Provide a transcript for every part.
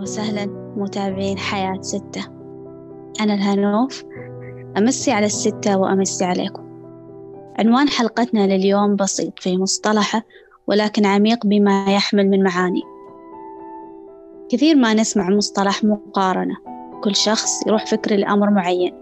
وسهلا متابعين حياة ستة. أنا الهنوف، أمسي على الستة وأمسي عليكم. عنوان حلقتنا لليوم بسيط في مصطلحه ولكن عميق بما يحمل من معاني. كثير ما نسمع مصطلح مقارنة، كل شخص يروح فكر لأمر معين.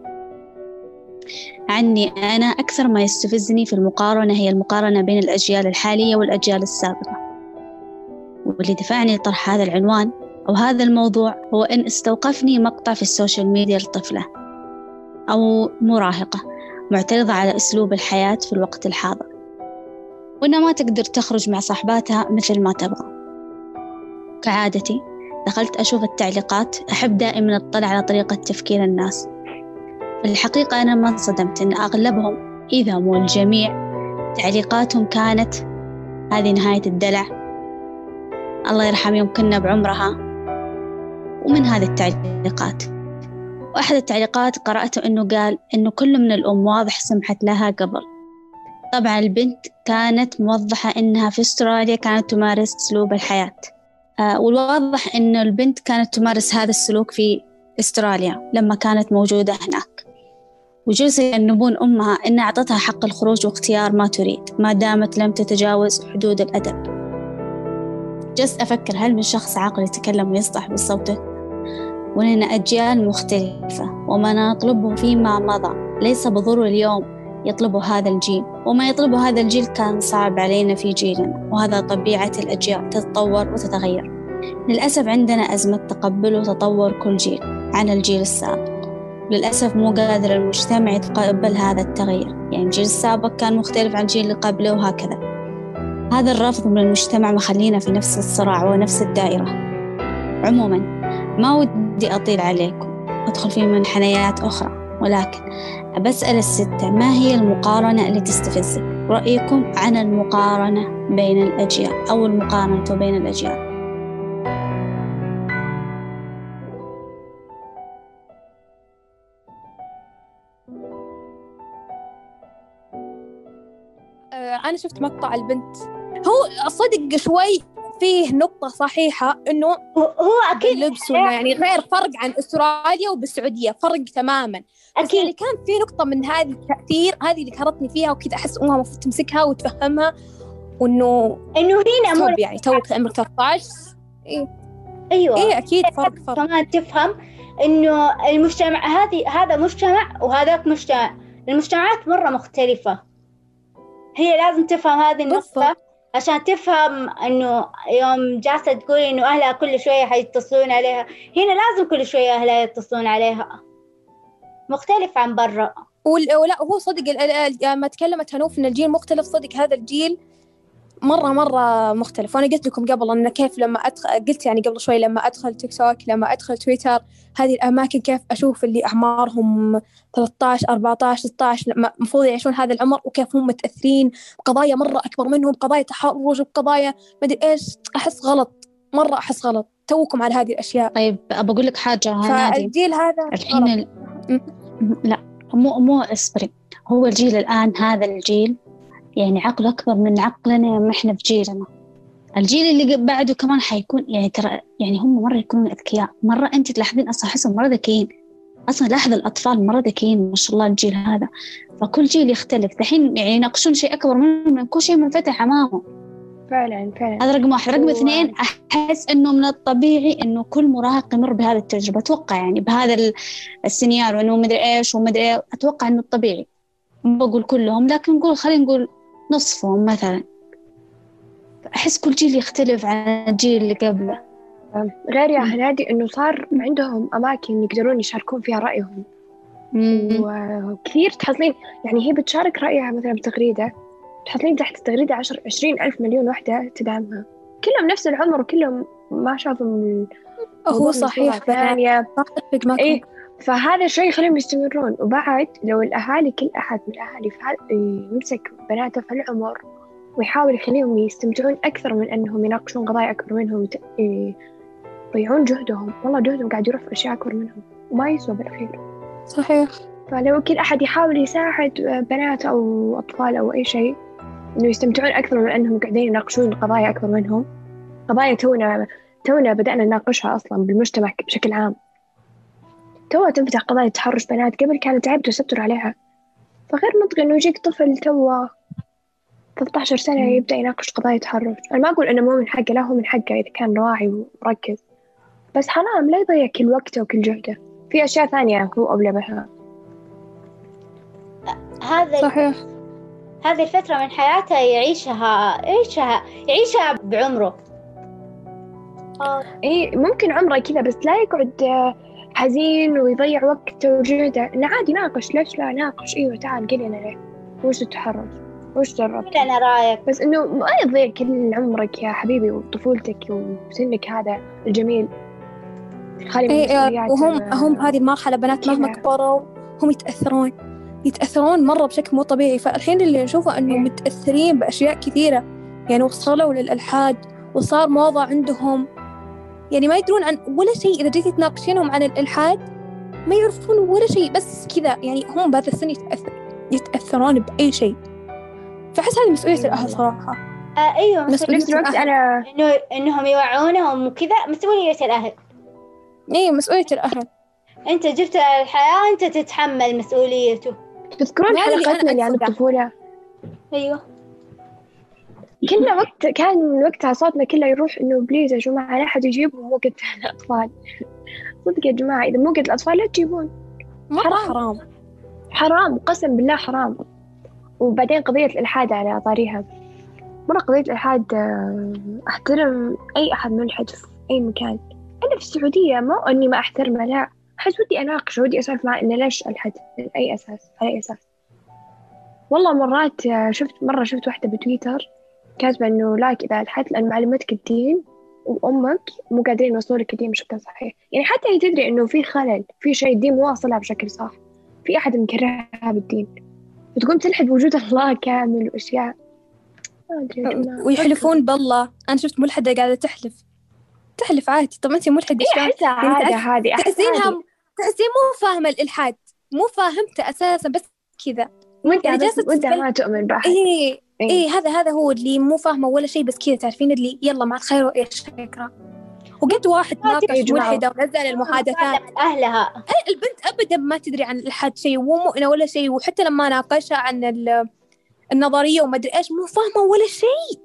عني أنا أكثر ما يستفزني في المقارنة هي المقارنة بين الأجيال الحالية والأجيال السابقة، واللي دفعني لطرح هذا العنوان أو هذا الموضوع هو إن استوقفني مقطع في السوشيال ميديا لطفلة أو مراهقة معترضة على أسلوب الحياة في الوقت الحاضر، وإنها ما تقدر تخرج مع صاحباتها مثل ما تبغى. كعادتي دخلت أشوف التعليقات، أحب دائما أطلع على طريقة تفكير الناس. في الحقيقة أنا ما انصدمت إن أغلبهم إذا مو الجميع تعليقاتهم كانت هذه نهاية الدلع، الله يرحم يمكننا بعمرها، ومن هذه التعليقات. وأحد التعليقات قرأته إنه قال إنه كل من الأم واضح سمحت لها قبل. طبعا البنت كانت موضحة إنها في أستراليا كانت تمارس أسلوب الحياة، والواضح إنه البنت كانت تمارس هذا السلوك في أستراليا لما كانت موجودة هناك، وجزء ينبون أمها إن أعطتها حق الخروج واختيار ما تريد ما دامت لم تتجاوز حدود الأدب. جلست أفكر، هل من شخص عاقل يتكلم ويصدح بصوته؟ وإننا أجيال مختلفة، وما نطلبه فيما مضى ليس بضروري اليوم يطلبه هذا الجيل، وما يطلبه هذا الجيل كان صعب علينا في جيلنا، وهذا طبيعة الأجيال تتطور وتتغير. للأسف عندنا أزمة تقبل وتطور كل جيل عن الجيل السابق. للأسف مو قادر المجتمع يتقبل هذا التغير، يعني الجيل السابق كان مختلف عن الجيل اللي قبله وهكذا. هذا الرفض من المجتمع مخلينا في نفس الصراع ونفس الدائرة. عموما ما ودي أطيل عليكم أدخل في منحنيات أخرى، ولكن بسأل الستة، ما هي المقارنة اللي تستفزك؟ رأيكم عن المقارنة بين الأجيال أو المقارنة بين الأجيال؟ أنا شفت مقطع البنت، هو صدق شوي فيه نقطة صحيحة إنه هو أكيد اللبس يعني غير، فرق عن أستراليا وبالسعودية فرق تماما. بس أكيد. يعني كان في نقطة من هذه التأثير، هذه اللي كرتني فيها، وكذا أحس أمها المفروض تمسكها وتفهمها، وإنه هنا يعني توك عمرك 13. أيوة إيه أكيد فرق. كمان تفهم إنه المجتمع هذا مجتمع وهذاك مجتمع، المجتمعات مرة مختلفة. هي لازم تفهم هذه النقطة عشان تفهم إنه يوم جالسة تقول إنه أهلها كل شوية حيتصلون عليها، هنا لازم كل شوية أهلها يتصلون عليها، مختلف عن برا. ولا هو صدق ما تكلمت هنوف إن الجيل مختلف، صدق هذا الجيل مرة مختلف. وأنا قلت لكم قبل أن كيف لما قلت يعني قبل شوي لما أدخل تيك توك، لما أدخل تويتر، هذه الأماكن كيف أشوف اللي أعمارهم 13 14 16 مفروض يعيشون هذا العمر، وكيف هم متأثرين بقضايا مرة أكبر منهم، بقضايا تحرش وبقضايا مدري إيش. أحس غلط، مرة أحس غلط. توكم على هذه الأشياء. طيب أقول لك حاجة هنادي، فالجيل هذا الحين لا مو أصبري، هو الجيل الآن هذا الجيل يعني عقله أكبر من عقلنا ما إحنا في جيلنا. الجيل اللي بعده كمان حيكون يعني ترى يعني هم مرة يكونون أذكياء، مرة أنت تلاحظين أصلا حسهم مرة ذكيين، أصلا لاحظ الأطفال مرة ذكيين ما شاء الله الجيل هذا. فكل جيل يختلف، الحين يعني يناقشون شيء أكبر منهم، كل شيء منفتح أمامهم. فعلا هذا رقم واحد. رقم اثنين، أحس إنه من الطبيعي إنه كل مراهق يمر بهذه التجربة، أتوقع يعني بهذا السيناريو إنه مدري إيش ومدري إيه، أتوقع إنه الطبيعي. ما بقول كلهم لكن نقول خلينا نقول نصفهم مثلا. أحس كل جيل يختلف عن الجيل اللي قبله. غير يا هنادي إنه صار عندهم أماكن يقدرون يشاركون فيها رأيهم، وكثير تحصلين يعني هي بتشارك رأيها مثلا بتغريدة، تحصلين تحت التغريدة 20 ألف مليون وحدة تدعمها، كلهم نفس العمر وكلهم ما شافوا هو صحيح ثانية. إيه، فهذا الشيء يخليهم يستمرون. وبعد لو الأهالي كل أحد من الأهالي يمسك بناته في العمر ويحاول يخليهم يستمتعون أكثر من أنهم يناقشون قضايا أكبر منهم، يضيعون جهدهم. والله جهدهم قاعد يروح في أشياء أكبر منهم وما يسوى بالأخير. صحيح. فلو كل أحد يحاول يساعد بنات أو أطفال أو أي شيء إنه يستمتعون أكثر من أنهم قاعدين يناقشون قضايا أكبر منهم، قضايا تونا تونا بدأنا نناقشها أصلا بالمجتمع بشكل عام. توها تنفتح قضايا تحرش بنات، قبل كانت عيب تستر عليها. فغير منطقي إنه يجيك طفل توه 13 سنة يبدأ يناقش قضايا تحرش. أنا ما أقول إنه مو من حقه، لا هو من حقه إذا كان واعي ومركز، بس حرام لا يضيع كل وقته وكل جهده في أشياء ثانية هو أولى بها. صحيح. هذه الفترة من حياته يعيشها بعمره. إيه ممكن عمره كذا، بس لا يقعد حزين ويضيع وقته وجهده. إنه عادي ناقش، ليش لا ناقش؟ أيوة تعال قل لنا ليه، وش التحرش، وش جربت، أنا رايك. بس إنه ما يضيع كل عمرك يا حبيبي وطفولتك وسنك هذا الجميل. وهم هذه المرحلة بنات مهما كبروا هم يتأثرون مرة بشكل مو طبيعي. فالحين اللي نشوفه إنه متأثرين بأشياء كثيرة، يعني وصلوا للإلحاد وصار موضة عندهم، يعني ما يدرون عن ولا شيء. إذا جيتي تناقشينهم عن الإلحاد ما يعرفون ولا شيء، بس كذا يعني هم بهذا السن يتأثرون بأي شيء. فحس هذه مسؤولية الأهل صراحة. أيوة مسؤولية الأهل. أنا إنهم يوعونهم وكذا مسؤولية الأهل. إيه مسؤولية الأهل. أنت جبت الحياة، أنت تتحمل مسؤوليته. تذكرون حلقتنا اللي عن الطفولة؟ أيوة. كنا كان وقتها صوتنا كله يروح إنه بليز يا جماعة لا أحد يجيبهم موقت الأطفال. صدق يا جماعة إذا موقت الأطفال لا تجيبون، حرام قسم بالله حرام. وبعدين قضية الإلحاد على طاريها، مرة قضية الإلحاد أحترم أي أحد ملحد في أي مكان. أنا في السعودية مو أني ما أحترمه، لا أحس ودي أناقش، ودي أسولف معه إنه ليش ألحد، من أي أساس، على أي أساس. والله مرات شفت واحدة بتويتر كاتبة إنه لايك إذا ألحدت لأن معلمتك الدين وأمك مو قادرين يوصلولك الدين بشكل صحيح. يعني حتى هي تدري إنه في خلل، في شيء الدين مو واصلها بشكل صح، في أحد مكرهها بالدين، وتقوم تلحد وجود الله كامل وأشياء ما أدري. ويحلفون بالله. أنا شفت ملحدة قاعدة تحلف عادي. طب أنت ملحدة إيه عادة هذه تحسين مو فاهمة الإلحاد، مو فاهمته أساسا، بس كذا يعني ودها ما تؤمن بأحد. إيه هذا هو اللي مو فاهمه ولا شيء، بس كذا تعرفين اللي يلا مع الخير وإيش فكرة. وقد واحد ناقش ملحدة ونزل المحادثات أهلها. البنت أبدا ما تدري عن الإلحاد شيء، ومو مؤمنة ولا شيء. وحتى لما ناقشها عن النظرية وما أدري إيش مو فاهمة ولا شيء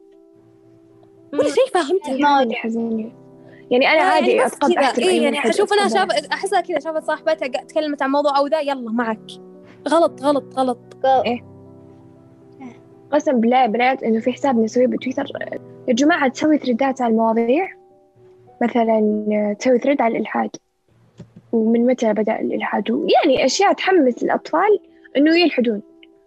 فاهمتها. حزينة يعني أنا عادي أتقبل أحترم أي يعني أشوف أنا أحسها كذا شافت صاحبتها تكلمت عن موضوع أو ذا يلا معك غلط. إيه قسم بالله بنات إنه في حساب نسويه بتويتر يا جماعة تسوي ثريدات على المواضيع، مثلا تسوي ثريد على الإلحاد ومن متى بدأ الإلحاد، يعني أشياء تحمس الأطفال إنه يلحدون،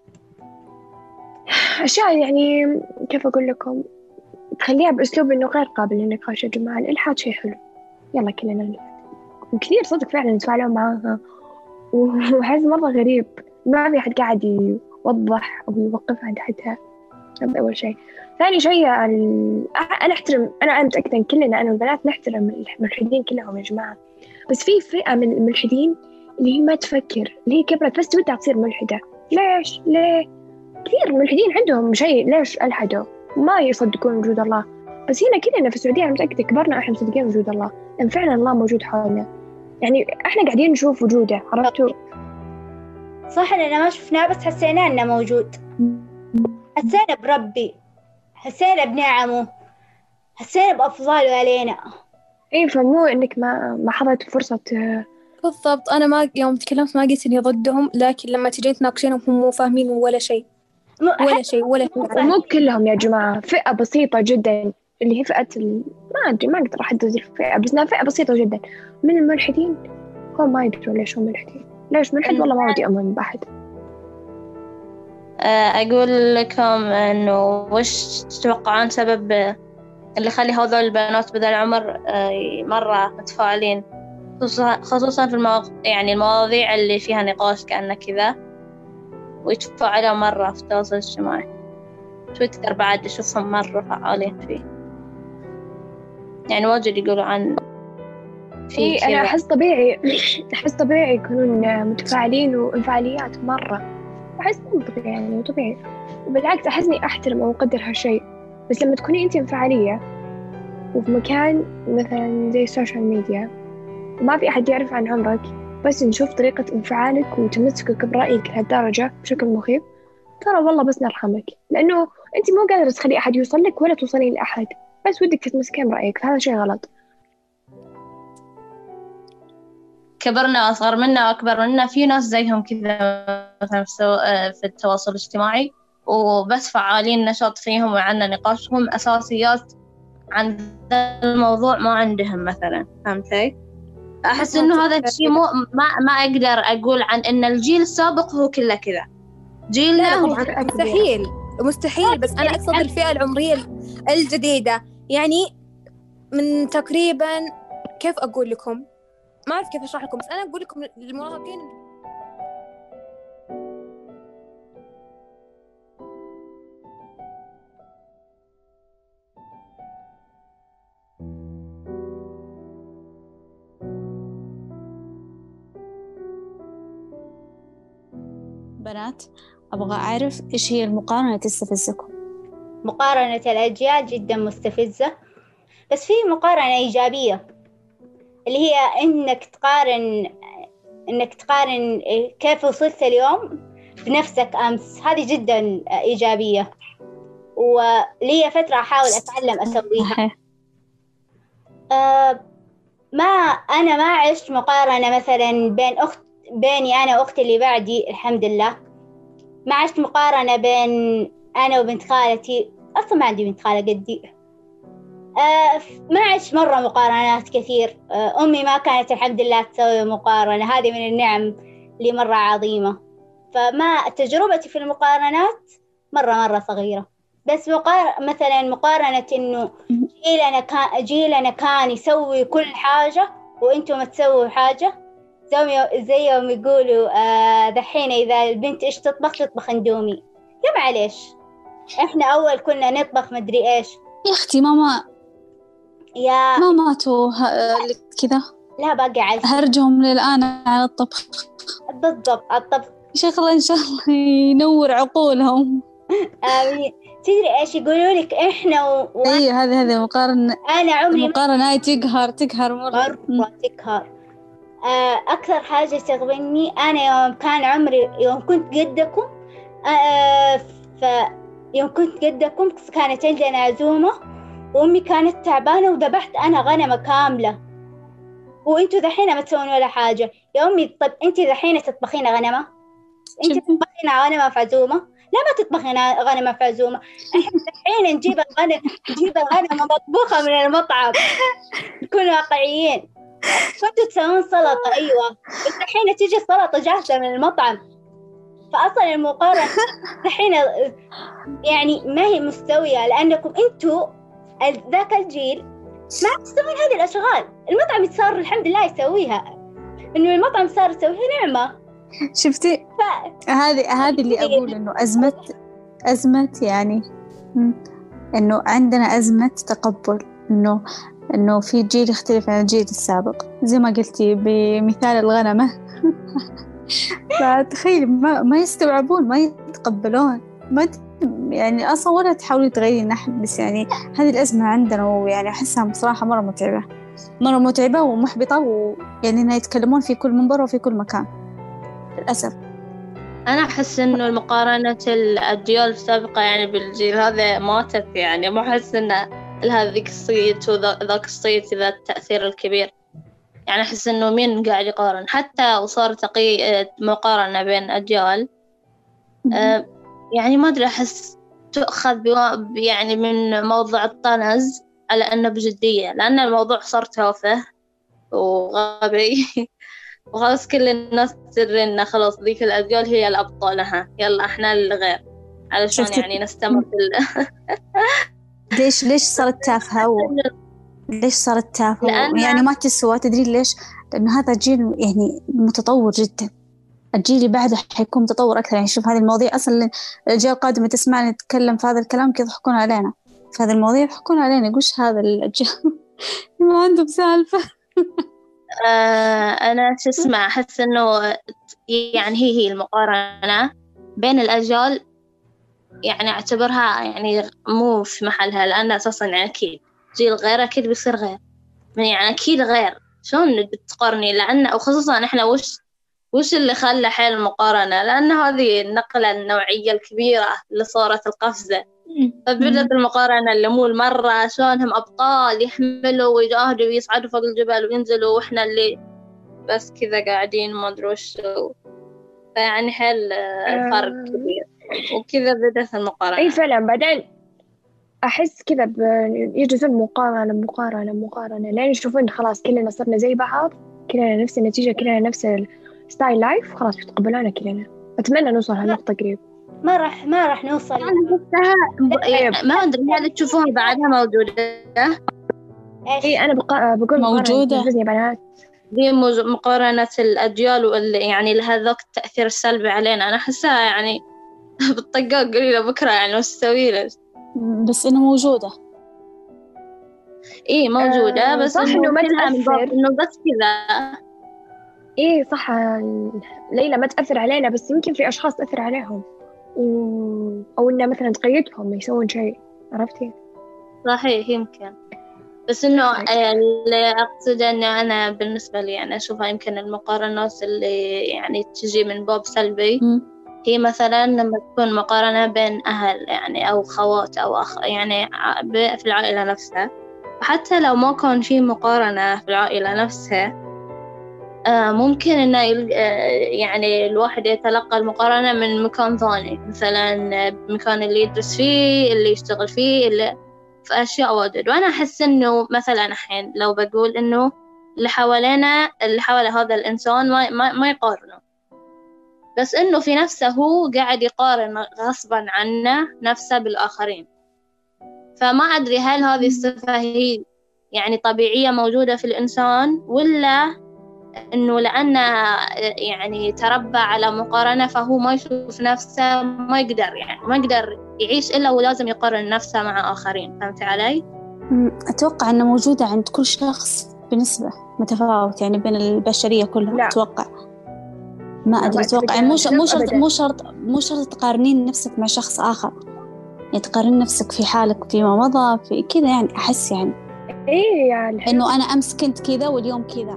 أشياء يعني كيف أقول لكم تخليها بأسلوب إنه غير قابل للنقاش. يا جماعة الإلحاد شيء حلو، يلا كلنا نلحد. وكثير صدق فعلا نتفاعلون معاها، وحس مرة غريب ما في أحد قاعد يوضح أو يوقف عند حدها. هذا أول شيء. ثاني شيء أنا أحترم، أنا متأكدة إن كلنا أنا والبنات نحترم الملحدين كلهم يا جماعة، بس في فئة من الملحدين اللي هي ما تفكر، اللي هي كبرت بس ودها تصير ملحدة. ليه كثير ملحدين عندهم شيء، ليش ألحدوا ما يصدقون وجود الله. بس هنا كلنا في السعودية أنا متأكدة كبرنا إحنا مصدقين وجود الله، لأن فعلا الله موجود حولنا، يعني إحنا قاعدين نشوف وجوده. عرفتوا صح إننا ما شفناه بس حسينا إنه موجود، حسينا بربي، حسينا بنعمه، حسينا بأفضاله علينا. إيه فمو إنك ما حظت فرصة. بالضبط. أنا ما يوم تكلمت ما قلت إني ضدهم، لكن لما تجين تناقشينهم هم مو فاهمين ولا شيء. مو كلهم يا جماعة، فئة بسيطة جدا اللي هي فئة ما أدري ما أقدر أحدد الفئة، بس إنها فئة بسيطة جدا من الملحدين هم ما يدرون ليش هم ملحدين. ليش ملحد؟ والله ما ودي أؤمن بأحد. أقول لكم إنه وش تتوقعون سبب اللي يخلي هذول البنات بذا العمر مرة متفاعلين، خصوصا في يعني المواضيع اللي فيها نقاش كأنه كذا، ويتفاعلوا مرة في التواصل الاجتماعي. تويتر بعد أشوفهم مرة فعالين فيه، يعني واجد يقولوا عن فيه. أنا أحس طبيعي يكونون متفاعلين وانفعاليات مرة، أحس منطقي يعني طبيعي. وبالعكس أحسني أحترم وأقدر هالشيء، بس لما تكوني أنت انفعالية وفي مكان مثلا زي السوشيال ميديا وما في أحد يعرف عن عمرك، بس نشوف طريقة انفعالك وتمسكك برأيك لهالدرجة بشكل مخيف، ترى والله بس نرحمك، لأنه أنت مو قادرة تخلي أحد يوصل لك ولا توصلين لأحد، بس ودك تتمسكين برأيك، فهذا شيء غلط. كبرنا وأصغر منا وأكبر منا في ناس زيهم كذا مثلا في التواصل الاجتماعي وبس فعالين نشاط فيهم وعندنا نقاشهم، أساسيات عن الموضوع ما عندهم مثلا. فهمتي؟ أحس إنه هذا الشيء ما أقدر أقول عن إن الجيل السابق هو كله كذا. جيلنا هو مستحيل بس أنا أقصد الفئة العمرية الجديدة، يعني من تقريبا كيف أقول لكم، ما أعرف كيف أشرح لكم، بس أنا أقول لكم المراهقين. بنات، أبغى أعرف إيش هي المقارنة تستفزكم؟ مقارنة الأجيال جدا مستفزة، بس في مقارنة إيجابية اللي هي إنك تقارن كيف وصلت اليوم بنفسك أمس، هذه جدا إيجابية، ولي فترة أحاول أتعلم أسويها. أنا ما عشت مقارنة مثلا بيني أنا وأختي اللي بعدي، الحمد لله. ما عشت مقارنة بين أنا وبنت خالتي، أصلا ما عندي بنت خالة قدي. ما عشت مرة مقارنات كثير. أمي ما كانت الحمد لله تسوي مقارنة، هذه من النعم اللي مرة عظيمة. فما تجربتي في المقارنات مرة صغيرة. بس مثلا مقارنة إنه جيلنا كان يسوي كل حاجة وإنتوا ما تسووا حاجة، زي يوم يقولوا دحين إذا البنت إيش تطبخ اندومي. يا معليش، إحنا أول كنا نطبخ مدري إيش. يا أختي ماما ما ماتوا كذا، لا باقي على هرجهم للآن على الطبخ. بالضبط، على الطبخ. إن شاء الله ينور عقولهم. تدري إيش يقولوا لك إحنا أيوة، هذه مقارنة. أنا عمري المقارنة هاي تقهر مرة تقهر. أكثر حاجة تغبني أنا يوم كنت قدكم، يوم كنت قدكم كانت عندنا عزومة وأمي كانت تعبانة وذبحت أنا غنمة كاملة، وإنتوا دحين ما تسوون ولا حاجة. يا أمي طب أنتي دحين تطبخين غنمة؟ أنتي تطبخين غنمة في عزومة؟ لا، ما تطبخين غنمة في عزومة. إحنا دحين نجيب الغنمة مطبوخة من المطعم. نكون واقعيين. كنتوا تسوون سلطة، أيوة، بس الحين تيجي السلطة جاهزة من المطعم. فأصلا المقارنة الحين يعني ما هي مستوية، لأنكم أنتوا ذاك الجيل ما تسوين هذه الأشغال. المطعم صار الحمد لله يسويها، إنه المطعم صار يسويها نعمة. شفتي هذه اللي أقول إنه أزمة يعني إنه عندنا أزمة تقبل إنه في جيل يختلف عن الجيل السابق، زي ما قلتي بمثال الغنمة. فتخيل ما يستوعبون، ما يتقبلون، يعني أصلا ولا تحاولي تغيرين أحد. بس يعني هذه الأزمة عندنا، ويعني أحسها بصراحة مرة متعبة ومحبطة، ويعني إنها يتكلمون في كل منبر وفي كل مكان للأسف. أنا أحس إنه المقارنة الأجيال السابقة يعني بالجيل هذا ماتت، يعني ما أحس إنه لها ذيك الصيت وذاك الصيت ذا التأثير الكبير. يعني أحس إنه مين قاعد يقارن، حتى وصار مقارنة بين أجيال يعني ما أدري، أحس تؤخذ يعني من موضوع الطنز على أنه بجدية، لأن الموضوع صار تافه وغبي وخلاص كل الناس تدري إن خلاص ذيك الأجيال هي الأبطالها، يلا إحنا الغير، علشان يعني نستمر ليش صارت تافهة ليش صارت تافهة يعني ما تسوى. تدري ليش؟ لأنه هذا جيل يعني متطور جدا، الجيل اللي بعده حيكون متطور أكثر. يعني شوف هذه المواضيع أصلا الأجيال القادمة تسمعني نتكلم في هذا الكلام كذا يضحكون علينا في هذه المواضيع، يضحكون علينا يقولش هذا الأجيال ما عندهم سالفة. أنا اسمع، أحس إنه يعني هي المقارنة بين الأجيال يعني أعتبرها يعني مو في محلها، لأن أساسا يعني أكيد جيل غير أكيد بيصير غير، يعني أكيد غير. شلون بتقارني؟ لأن أو خصوصا إحنا وش اللي خلى حيل المقارنة؟ لأن هذه النقلة النوعية الكبيرة اللي صارت القفزة، فبدأت المقارنة اللي مو المرة شلونهم أبطال يحملوا ويجاهدوا ويصعدوا فوق الجبل وينزلوا، وإحنا اللي بس كذا قاعدين ما أدري وش. فيعني حيل فرق كبير، وكذا بدأت المقارنة. أي فعلا. بعدين أحس كذا يجلسون مقارنة لين يشوفون خلاص كلنا صرنا زي بعض، كلنا نفس النتيجة، كلنا نفس ستايل لايف، خلاص بيتقبلونا كلنا. أتمنى نوصل هالنقطة قريب. ما راح نوصل. أنا شفتها ما أدري هل تشوفوها بعدها موجودة. إيه أنا بقول موجودة يا بنات. دي مقارنة الأجيال واللي يعني لها ذاك التأثير السلبي علينا. أنا أحسها يعني بالطقاق قليلة بكرة يعني وش تسوي له. بس إنه موجودة. إيه موجودة بس صح إنه ما تأثر، إنه بس كذا. إيه صح ليلى ما تأثر علينا، بس يمكن في أشخاص تأثر عليهم أو إنها مثلا تقيدهم يسوون شيء، عرفتي؟ صحيح يمكن، بس إنه اللي أقصد إنه أنا بالنسبة لي أنا أشوفها يمكن المقارنات اللي يعني تجي من باب سلبي هي مثلا لما تكون مقارنة بين أهل يعني أو خوات أو أخ يعني في العائلة نفسها. وحتى لو ما كان في مقارنة في العائلة نفسها ممكن إنه يعني الواحد يتلقى المقارنة من مكان ثاني، مثلا مكان اللي يدرس فيه، اللي يشتغل فيه، اللي في أشياء واجد. وأنا أحس إنه مثلا الحين لو بقول إنه اللي حوالينا اللي حول هذا الإنسان ما يقارنه، بس إنه في نفسه هو قاعد يقارن غصبا عنه نفسه بالآخرين. فما أدري هل هذه الصفة هي يعني طبيعية موجودة في الإنسان، ولا إنه لأنه يعني تربى على مقارنة فهو ما يشوف نفسه، ما يقدر يعيش إلا ولازم يقارن نفسه مع آخرين. فهمت علي؟ أتوقع أنه موجودة عند كل شخص بنسبة متفاوت يعني بين البشرية كلها. لا. أتوقع ما أدري، أتوقع مو شرط تقارنين نفسك مع شخص آخر، يعني تقارن نفسك في حالك فيما مضى في كذا. يعني أحس يعني إيه يعني إنه أنا أمس كنت كذا واليوم كذا.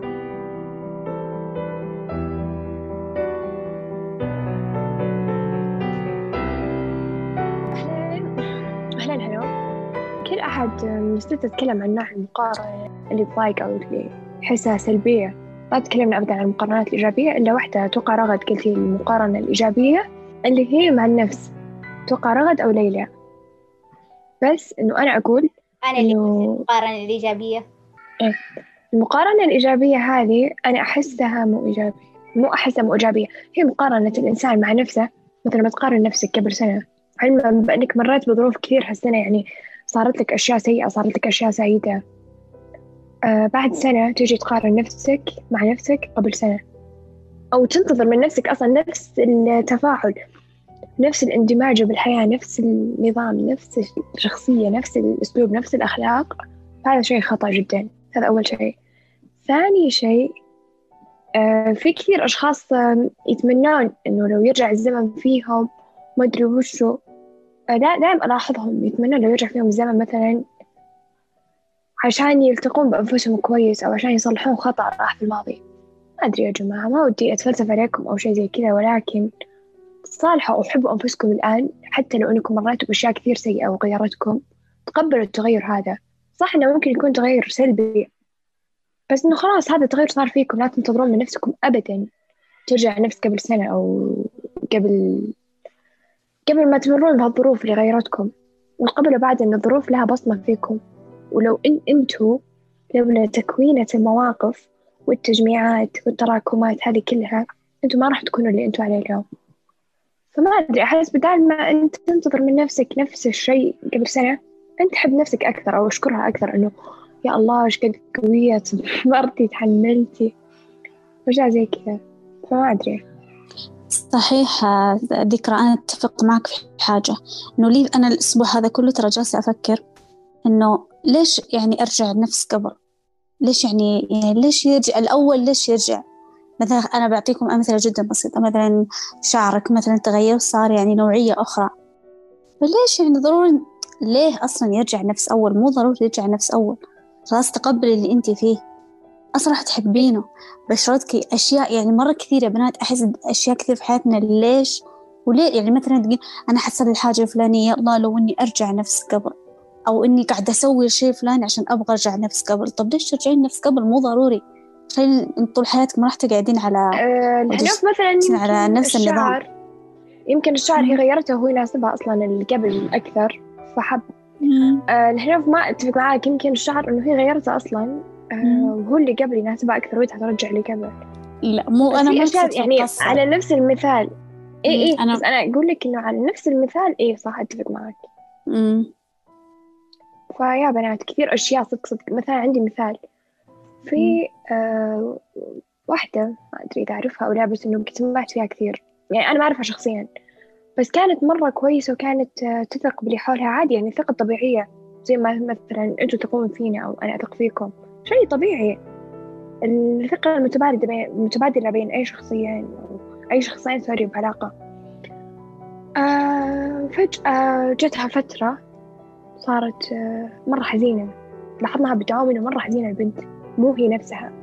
أهلا كل أحد مستعد يتكلم عن نوع المقارنة اللي تضايق أو اللي يحسها سلبية. ما تكلمنا أبدا عن المقارنات الإيجابية إلا واحدة. أتوقع رغد قلتي المقارنة الإيجابية اللي هي مع النفس. أتوقع رغد أو ليلى. بس إنه أنا أقول المقارنة الإيجابية. إيه المقارنة الإيجابية هذه أنا أحسها مو إيجابية. هي مقارنة الإنسان مع نفسه. مثل ما تقارن نفسك قبل سنة، علما بأنك مريت بظروف كثير هالسنة، يعني صارت لك أشياء سيئة، صارت لك أشياء سعيدة. بعد سنة تيجي تقارن نفسك مع نفسك قبل سنة، أو تنتظر من نفسك أصلا نفس التفاعل، نفس الاندماج بالحياة، نفس النظام، نفس الشخصية، نفس الأسلوب، نفس الأخلاق. هذا شيء خطأ جدا. هذا أول شيء. ثاني شيء في كثير أشخاص يتمنون إنه لو يرجع الزمن فيهم ما أدري وشو. دائما ألاحظهم يتمنون لو يرجع فيهم الزمن مثلا عشان يلتقون بأنفسهم كويس، أو عشان يصلحون خطأ راح في الماضي. ما أدري يا جماعة، ما ودي أتفلسف عليكم أو شيء زي كذا، ولكن تصالحوا أو حبوا أنفسكم الآن. حتى لو أنكم مريتوا بأشياء كثير سيئة وغيرتكم، تقبلوا التغير هذا. صح إنه ممكن يكون تغير سلبي، بس إنه خلاص هذا التغير صار فيكم. لا تنتظرون من نفسكم أبدا ترجع نفس قبل سنة أو قبل ما تمرون بهالظروف اللي غيرتكم. وقبل بعد أن الظروف لها بصمة فيكم. ولو أنتوا لولا تكوينة المواقف والتجميعات والتراكمات هذه كلها، أنتوا ما راح تكونوا اللي أنتوا عليه اليوم. فما أدري، أحس بدال ما أنت تنتظر من نفسك نفس الشيء قبل سنة، أنت حب نفسك أكثر أو أشكرها أكثر، إنه يا الله إيش قد قوية، صبرتي، تحملتي، وجاء زي كذا. فما أدري. صحيح ذكرى، أنا أتفق معك في حاجة، إنه لي أنا الأسبوع هذا كله ترى جالسة أفكر إنه ليش يعني أرجع نفس قبل، ليش يعني ليش يرجع الأول، ليش يرجع. مثلا أنا بعطيكم أمثلة جدا بسيطة، مثلا شعرك مثلا تغير صار يعني نوعية أخرى، فليش يعني ضروري ليه أصلا يرجع نفس أول؟ مو ضروري يرجع نفس أول، خلاص تقبلي اللي أنت فيه، أصلا راح تحبينه. بشرتك أشياء يعني مرة كثيرة بنات، أحس أشياء كثير في حياتنا ليش وليه. يعني مثلا تقول أنا حصل الحاجة الفلانية، الله لو إني أرجع نفس قبل، أو إني قاعدة أسوي الشيء فلاني عشان أبغى أرجع نفس قبل. طب ليش ترجعين نفس قبل؟ مو ضروري. تخيل أنت طول حياتك ما راح تقعدين على الحنوف مثلا على نفس النظام. يمكن الشعر هي غيرته وهو يناسبها أصلا اللي قبل أكثر فحب. الحنوف ما أتفق معاك، يمكن الشعر إنه هي غيرته أصلا وهو اللي قبل يناسبها أكثر وهي ترجع اللي قبل. لا مو أنا ما يعني على نفس المثال. إيه أنا بس أنا أقول لك إنه على نفس المثال إيه صح أتفق معاك. فيا بنات كثير أشياء صدق مثلا عندي مثال في واحدة ما أدري إذا أعرفها أو لا، بس إنه كنت سمعت فيها كثير، يعني أنا ما أعرفها شخصيا بس كانت مرة كويسة وكانت تثق باللي حولها عادي، يعني ثقة طبيعية زي ما مثلا أنتوا تثقون فينا أو أنا أثق فيكم، شيء طبيعي. الثقة المتبادلة بين أي شخصين أو أي شخصين سوري بعلاقة. فجأة جتها فترة صارت مرة حزينة، لاحظناها بالدوام إنه مرة حزينة البنت، مو هي نفسها.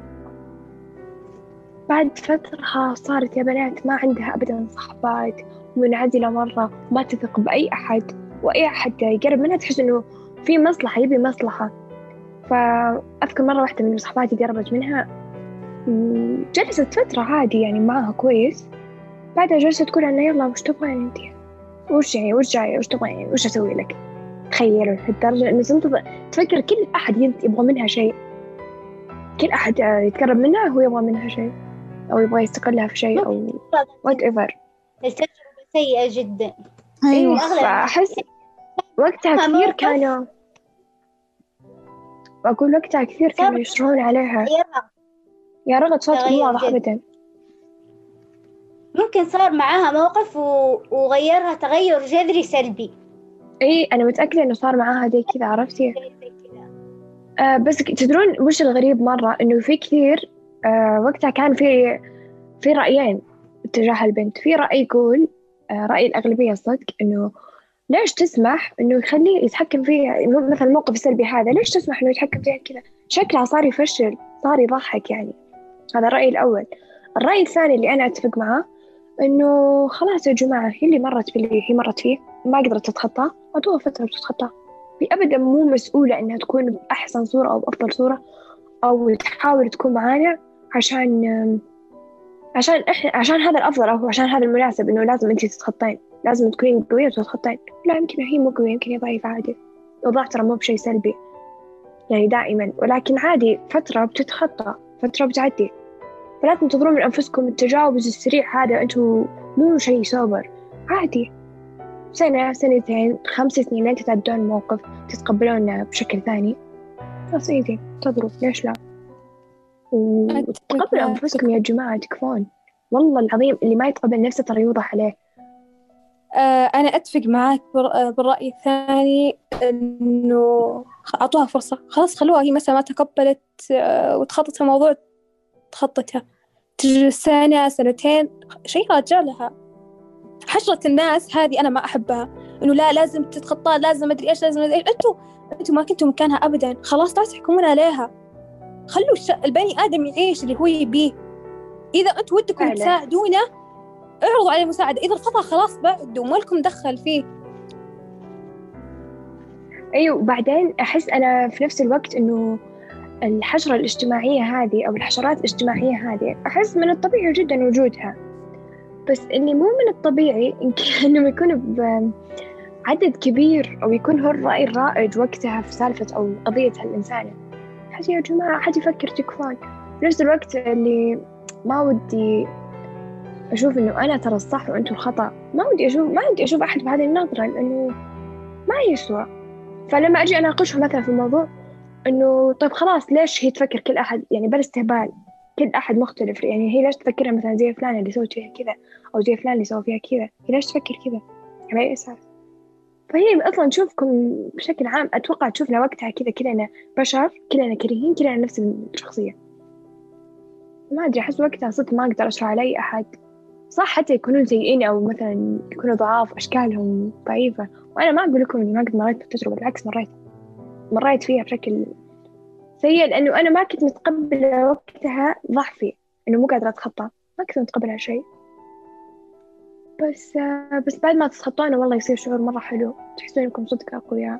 بعد فترة صارت يا بنات ما عندها أبدا صحبات، منعزلة مرة، ما تثق بأي أحد، وأي أحد يقرب منها تحس إنه في مصلحة، يبي مصلحة. فأذكر مرة واحدة من صحباتي قربت منها، جلست فترة عادي يعني معها كويس، بعدها جلست تقول أنا يلا وش تبغين أنت؟ وش جاي وش تبغين؟ وش أسوي لك؟ تخيلوا لهالدرجة إنه صرت تفكر كل أحد يبغى منها شيء، كل أحد يتقرب منها هو يبغى منها شيء أو يبغى يستقلها في شيء أو whatever. التجربة سيئة جدا. أيوة فأحس وقتها كثير كانوا وأقول وقتها كثير كانوا يشرون عليها. يا رغد صوتك مو واضح أبدا. ممكن صار معاها موقف وغيرها تغير جذري سلبي. إيه أنا متأكدة إنه صار معاها زي كذا، عرفتي؟ بس تدرون وش الغريب مرة إنه في كثير وقتها كان في رأيين اتجاه البنت. في رأي يقول رأي الأغلبية الصدق إنه ليش تسمح إنه يخليه يتحكم فيها، مثل الموقف السلبي هذا ليش تسمح إنه يتحكم فيها كذا، شكلها صار يفشل صار يضحك يعني. هذا الرأي الأول. الرأي الثاني اللي أنا أتفق معه إنه خلاص يا جماعة هي اللي مرت باللي هي مرت فيه ما قدرت تتخطاه، أعطوها فترة تتخطاه. هي أبدا مو مسؤولة إنها تكون بأحسن صورة أو بأفضل صورة أو تحاول تكون معانا عشان هذا الأفضل أو عشان هذا المناسب، إنه لازم أنتي تتخطين، لازم تكونين قوية وتتخطين. لا يمكن هي مو قوية، يمكن هي ضعيفة عادي. الوضع ترى مو بشيء سلبي يعني دائما، ولكن عادي فترة بتتخطى فترة بتعدي. فلا تنتظرون من أنفسكم التجاوز السريع هذا، أنتوا مو شيء سوبر عادي. سنة سنتين 5 سنين لين تتعدون الموقف تتقبلونه بشكل ثاني، خلاص إيدي تضرب ليش لا. وتقبلوا أنفسكم يا جماعة، تكفون والله العظيم اللي ما يتقبل نفسه ترى يوضح عليه. أنا أتفق معاك بالرأي الثاني، إنه أعطوها فرصة، خلاص خلوها هي مثلا ما تقبلت وتخطط الموضوع تخطتها، تجلس سنة سنتين شيء راجع لها. حشرة الناس هذه أنا ما أحبها، إنه لا لازم تتخطى، لازم أدري إيش، لازم أدري إيش. أنتوا ما كنتوا مكانها أبدا، خلاص لا تحكمون عليها، خلوا البني آدم يعيش اللي هو يبيه. إذا أنتوا ودكم تساعدونه اعرضوا عليه مساعدة، إذا رفضها خلاص بعدوا ما لكم دخل فيه. أيوة وبعدين أحس أنا في نفس الوقت إنه الحشرة الاجتماعية هذه أو الحشرات الاجتماعية هذه أحس من الطبيعي جدا وجودها، بس اللي مو من الطبيعي إنه يكون بعدد كبير أو يكون هو الرأي الرائج وقتها في سالفة أو قضية هالإنسانة. حد يا جماعة حد يفكر تكفون. في نفس الوقت اللي ما ودي أشوف إنه أنا ترى الصح وأنتوا الخطأ، ما ودي أشوف أحد بهذه النظرة لأنه ما يسوى. فلما أجي أناقشها مثلا في الموضوع إنه طيب خلاص ليش هي تفكر كل أحد يعني بلا استهبال، كل أحد مختلف، يعني هي ليش تفكرها مثلا زي فلان اللي سوت فيها كذا أو زي فلان اللي سوى فيها كذا، هي ليش تفكر كذا على أي أساس؟ فهي أصلا تشوفكم بشكل عام أتوقع تشوفنا وقتها كذا كلنا بشر، كلنا كريهين، كلنا نفس الشخصية. ما أدري أحس وقتها صدق ما أقدر أشرح على أي أحد صح حتى يكونون سيئين أو مثلا يكونوا ضعاف أشكالهم ضعيفة، وأنا ما أقول لكم إني ما قد مريت بالتجربة، بالعكس مريت فيها بشكل سيء، لأنه أنا ما كنت متقبلة وقتها ضعفي، إنه مو قادرة أتخطى، ما كنت متقبلة هالشيء. بس بعد ما تتخطونه والله يصير شعور مرة حلو، تحسون إنكم صدق أقوياء،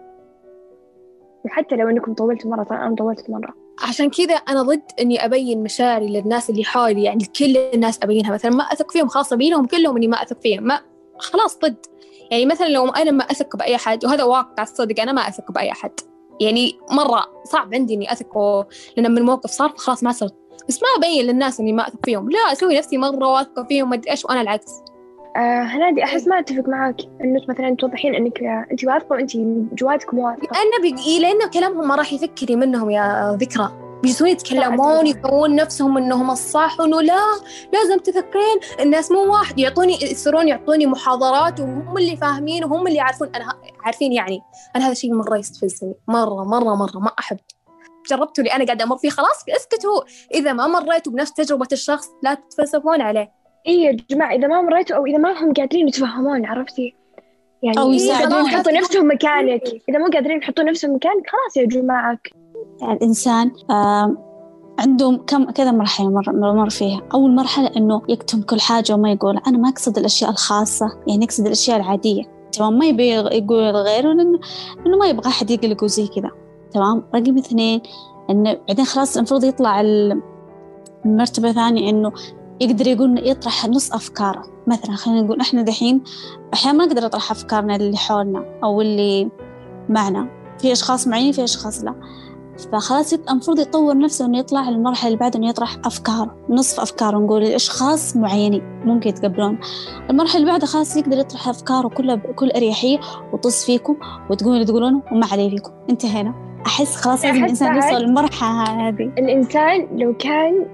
وحتى لو إنكم طولتوا مرة، ترى أنا طولت مرة. عشان كذا أنا ضد إني أبين مشاعري للناس اللي حولي، يعني كل الناس أبينها، مثلا ما أثق فيهم خلاص أبينهم كلهم إني ما أثق فيهم، ما خلاص ضد. يعني مثلا لو أنا ما أثق بأي أحد، وهذا واقع الصدق، أنا ما أثق بأي أحد، يعني مرة صعب عندي إني أثق، لأن من الموقف صار خلاص ما صرت، بس ما أبين للناس إني ما أثق فيهم، لا أسوي نفسي مرة واثقة فيهم ما أدري إيش، وأنا العكس. هنادي أحس ما أتفق معاك إنه مثلا توضحين إنك أنت واثقة وأنت جواتك مو واثقة. أنا لأنه كلامهم ما راح يفكري منهم يا ذكرى، بيجلسون يتكلمون يسوون نفسهم إنهم الصح، وإنه لا لازم تفكرين الناس مو واحد، يصيرون يعطوني محاضرات وهم اللي فاهمين وهم اللي يعرفون، أنا عارفين. يعني أنا هذا الشيء مرة يستفزني، مرة ما أحب. جربتوا اللي أنا قاعدة أمر فيه، خلاص اسكتوا، إذا ما مريتوا بنفس تجربة الشخص لا تتفلسفون عليه. إيه يا جماعة، إذا ما مريتوا أو إذا ما هم قادرين يتفهمون، عرفتي يعني، أو يساعدون يحطوا نفسهم مكانك، إذا مو قادرين يحطوا نفسهم مكانك خلاص يا جماعة. يعني الإنسان عندهم كذا مرحلة مر فيها. أول مرحلة إنه يكتم كل حاجة وما يقول، أنا ما أقصد الأشياء الخاصة، يعني أقصد الأشياء العادية، تمام، ما يبي يقول لغيره لأنه ما يبغى أحد يقلق وزي كذا، تمام. رقم 2 إنه بعدين خلاص المفروض يطلع المرتبة الثانية، إنه يقدر يقول يطرح نص أفكاره. مثلا خلينا نقول إحنا دحين أحيانا ما نقدر نطرح أفكارنا اللي حولنا أو اللي معنا، في أشخاص معين في أشخاص لا، فخلاص المفروض يطور نفسه إنه يطلع المرحلة اللي بعد إنه يطرح أفكاره، نصف أفكاره، نقول الأشخاص معينين ممكن يتقبلون. المرحلة اللي بعدها خلاص يقدر يطرح أفكاره كلها بكل أريحية، وتص فيكم وتقولون اللي تقولونه وما عليه فيكم، انتهينا. أحس خلاص لازم الإنسان يوصل للمرحلة هذه. الإنسان لو كان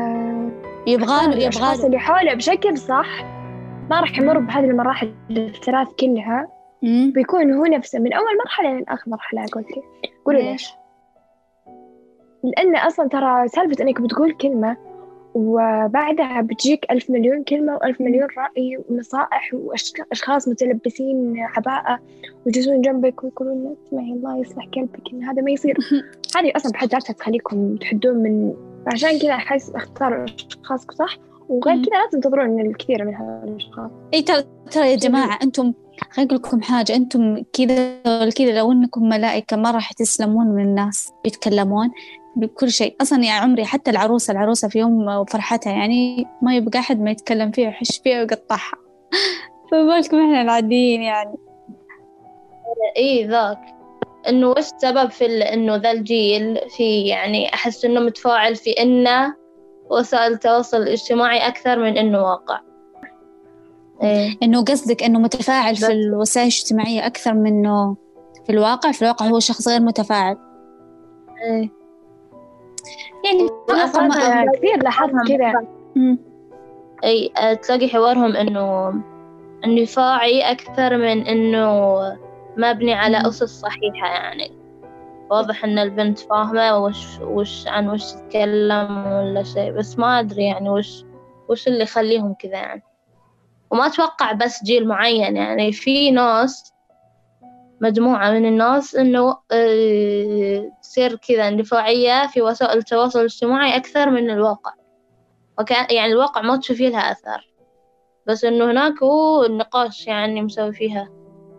يبغى الأشخاص اللي حوله بشكل صح، ما راح يمر بهذه المراحل الثلاث كلها، بيكون هو نفسه من أول مرحلة إلى آخر مرحلة. قولوا ليش؟ لأن أصلا ترى سالفة أنك بتقول كلمة وبعدها بتجيك 1000 مليون كلمة و1000 مليون رأي ونصائح وأشخاص متلبسين عباءة ويجلسون جنبك ويقولون اسمعي الله يصلح قلبك إن هذا ما يصير. هذه أصلا بحد ذاتها تخليكم تحدون من، عشان كذا أحس اختاروا أشخاصكم صح، وغير كذا لازم تنتظرون الكثير من هذه الأشخاص. إيه ترى يا جماعة أنتم خليني أقول لكم حاجة، أنتم كذا لو أنكم ملائكة ما راح تسلمون من الناس، بيتكلمون بكل شيء. أصلا يا عمري حتى العروسة في يوم فرحتها يعني ما يبقى أحد ما يتكلم فيها ويحش فيها ويقطعها، فبالكم إحنا العاديين يعني. إيه ذاك إنه وش سبب في إنه ذا الجيل في، يعني أحس إنه متفاعل في إنه وسائل التواصل الاجتماعي أكثر من إنه واقع. إيه؟ إنه قصدك إنه متفاعل في الوسائل الاجتماعية أكثر منه في الواقع هو شخص غير متفاعل. إيه يعني أنا كثير لاحظت كذا. أي تلاقي حوارهم إنه فاعي أكثر من إنه مبني على أسس صحيحة. يعني واضح إن البنت فاهمة وش عن وش تتكلم ولا شيء، بس ما أدري يعني وش اللي يخليهم كذا يعني. وما أتوقع بس جيل معين، يعني في ناس، مجموعة من الناس إنه تصير كذا اندفاعية في وسائل التواصل الاجتماعي أكثر من الواقع، يعني الواقع ما تشوفي لها أثر، بس إنه هناك هو النقاش يعني مسوي فيها.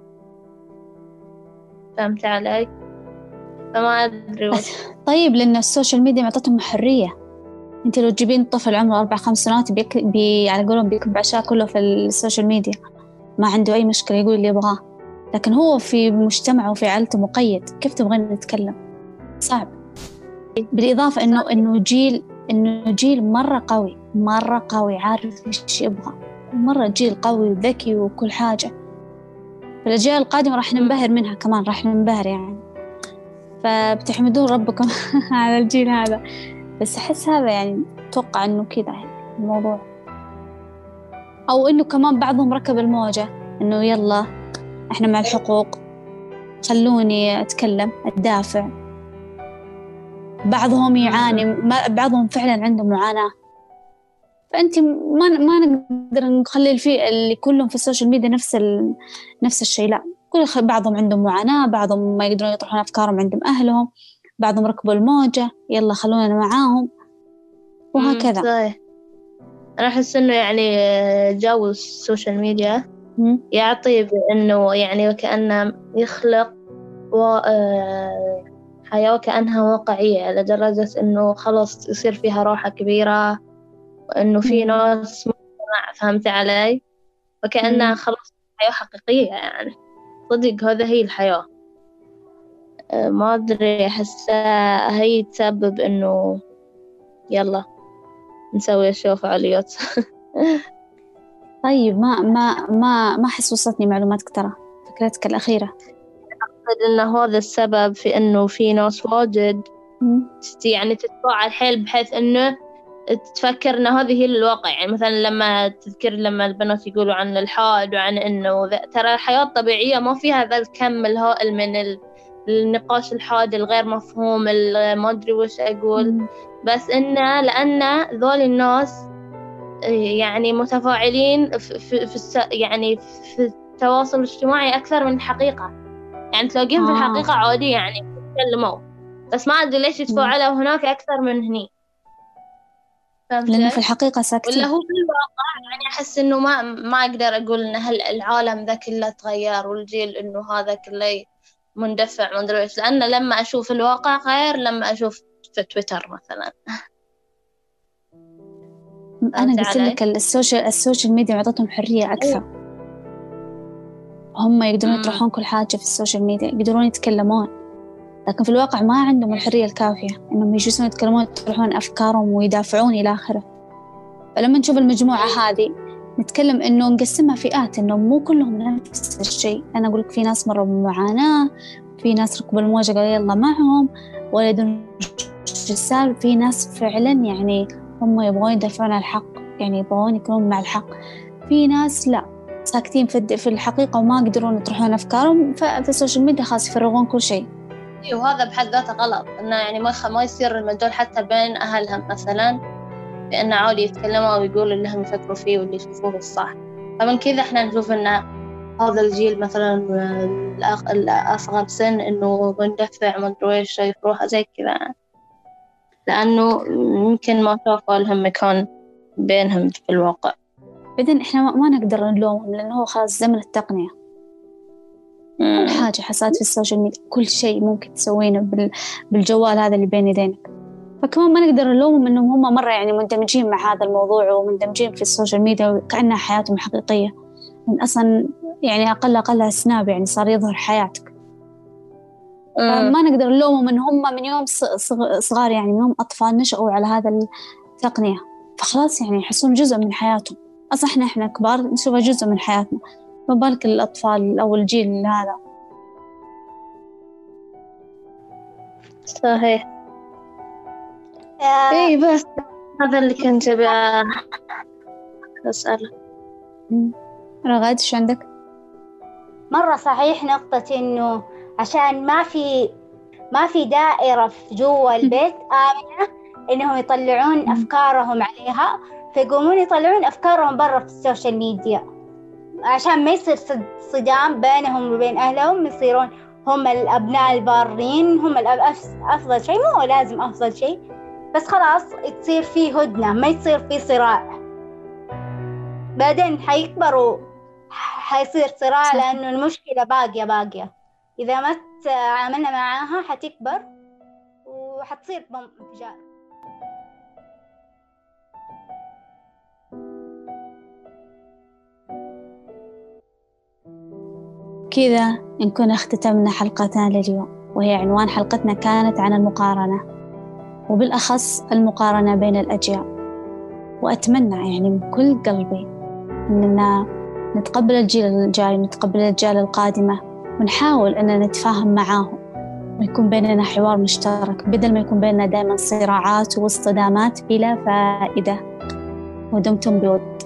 فهمت علي؟ فما أدري طيب لأن السوشيال ميديا معطتهم حرية. أنت لو تجيبين طفل عمره 4-5 سنوات يعني يقولون بيكب عشاء كله في السوشيال ميديا، ما عنده أي مشكلة، يقول اللي يبغاه، لكن هو في مجتمعه وفي عائلته مقيد، كيف تبغين نتكلم؟ صعب. بالإضافة إنه جيل مرة قوي عارف إيش يبغى، مرة جيل قوي وذكي وكل حاجة. فالأجيال القادمة راح ننبهر منها كمان، راح ننبهر يعني. فبتحمدون ربكم على الجيل هذا. بس أحس هذا يعني أتوقع إنه كذا يعني الموضوع، أو إنه كمان بعضهم ركب الموجة إنه يلا إحنا مع الحقوق، خلوني أتكلم أدافع. بعضهم يعاني، بعضهم فعلا عنده معاناة، فأنت ما نقدر نخلي الفئة اللي كلهم في السوشيال ميديا نفس الشيء. لا، بعضهم عندهم معاناة، بعضهم ما يقدرون يطرحون أفكارهم عندهم أهلهم، بعضهم ركبوا الموجة يلا خلونا معاهم، وهكذا. صحيح. أنا أحس إنه يعني جو السوشيال ميديا يعطي بإنه يعني وكأنه يخلق حياة كأنها واقعية، لدرجة إنه خلاص يصير فيها راحة كبيرة، وإنه في ناس مجتمع، فهمت علي؟ وكأنها خلاص حياة حقيقية يعني، صدق هذا هي الحياة. ما أدري، أحسها هي تسبب إنه يلا نسوي أشياء فعاليات. طيب ما أحس وصلتني معلوماتك ترى، فكرتك الأخيرة. أعتقد إن هذا السبب في إنه في ناس واجد يعني تتفاعل حيل، بحيث إنه تفكر إن هذه هي الواقع. يعني مثلا لما تذكر لما البنات يقولوا عن الحاد وعن إنه ترى الحياة الطبيعية ما فيها ذا الكم الهائل من النقاش الحاد الغير مفهوم، ما أدري وش أقول، بس إنه لأن ذول الناس يعني متفاعلين يعني في التواصل الاجتماعي أكثر من الحقيقة. يعني تلاقيهم في الحقيقة عادي يعني يتكلموا، بس ما أدري ليش يتفاعلوا هناك أكثر من هني، لأنه في الحقيقة ساكتين. ولا هو في الواقع يعني أحس إنه ما أقدر أقول إن العالم ذا كله تغير والجيل إنه هذا كله مندفع ما أدري إيش، لأن لما أشوف الواقع غير لما أشوف في تويتر مثلا. أنا قلت لك السوشيال ميديا عطتهم حرية أكثر. هم يقدرون يطرحون كل حاجة في السوشيال ميديا، يقدرون يتكلمون، لكن في الواقع ما عندهم الحرية الكافية إنهم يجلسون يتكلمون يطرحون أفكارهم ويدافعون إلى آخره. فلما نشوف المجموعة هذه نتكلم إنه نقسمها فئات، إنه مو كلهم نفس الشيء. أنا أقول لك في ناس مروا بمعاناة، في ناس ركبوا الموجة قالوا يلا معهم ولا يدرون السالفة، في ناس فعلا يعني هم يبغون يدافعون عن الحق، يعني يبغون يكونون مع الحق. في ناس لا، ساكتين في الحقيقة وما يقدرون يطرحون أفكارهم، في السوشيال ميديا خاص يفرغون كل شيء. وهذا بحد ذاته غلط، إنه يعني ما يصير المجال حتى بين أهلهم مثلا بأن عادي يتكلموا ويقولوا اللي هم يفكروا فيه واللي يشوفوه الصح. فمن كذا إحنا نشوف إن هذا الجيل مثلا الأصغر سن إنه مندفع ما أدري إيش يروح زي كذا، لأنه يمكن ما شافوا لهم مكان بينهم في الواقع. بعدين إحنا ما نقدر نلومهم، لأنه هو خلاص زمن التقنية. كل حاجة حصلت في السوشيال ميديا، كل شيء ممكن تسوينه بالجوال هذا اللي بين يدينك. فكمان ما نقدر نلومهم إنهم هم مرة يعني مندمجين مع هذا الموضوع ومندمجين في السوشيال ميديا وكأنها حياتهم حقيقية، من أصلا يعني أقل سناب يعني صار يظهر حياتك. ما نقدر نلومهم إن هم من يوم صغار، يعني من يوم أطفال نشأوا على هذا التقنية، فخلاص يعني يحسون جزء من حياتهم. أصلا إحنا كبار نشوفها جزء من حياتنا، ما بالك الأطفال أو الجيل هذا. صحيح. إيه بس هذا اللي كنت أسأله. رغد شو عندك؟ مرة صحيح نقطة إنه عشان ما في دائرة في جوا البيت آمنة إنهم يطلعون أفكارهم عليها، فيقومون يطلعون أفكارهم برا في السوشيال ميديا عشان ما يصير صدام بينهم وبين أهلهم، يصيرون هم الأبناء البارين، هم أفضل شيء. مو لازم أفضل شيء، بس خلاص تصير فيه هدنة، ما يصير فيه صراع. بعدين حيكبروا حيصير صراع، لأنه المشكلة باقية. إذا ما تعاملنا معاها حتكبر وحتصير انفجار. كذا نكون اختتمنا حلقتنا لليوم، وهي عنوان حلقتنا كانت عن المقارنة، وبالأخص المقارنة بين الأجيال. وأتمنى يعني من كل قلبي أننا نتقبل الجيل الجاي، نتقبل الأجيال القادمة، ونحاول أننا نتفاهم معاهم ويكون بيننا حوار مشترك، بدل ما يكون بيننا دائما صراعات واصطدامات بلا فائدة. ودمتم بود.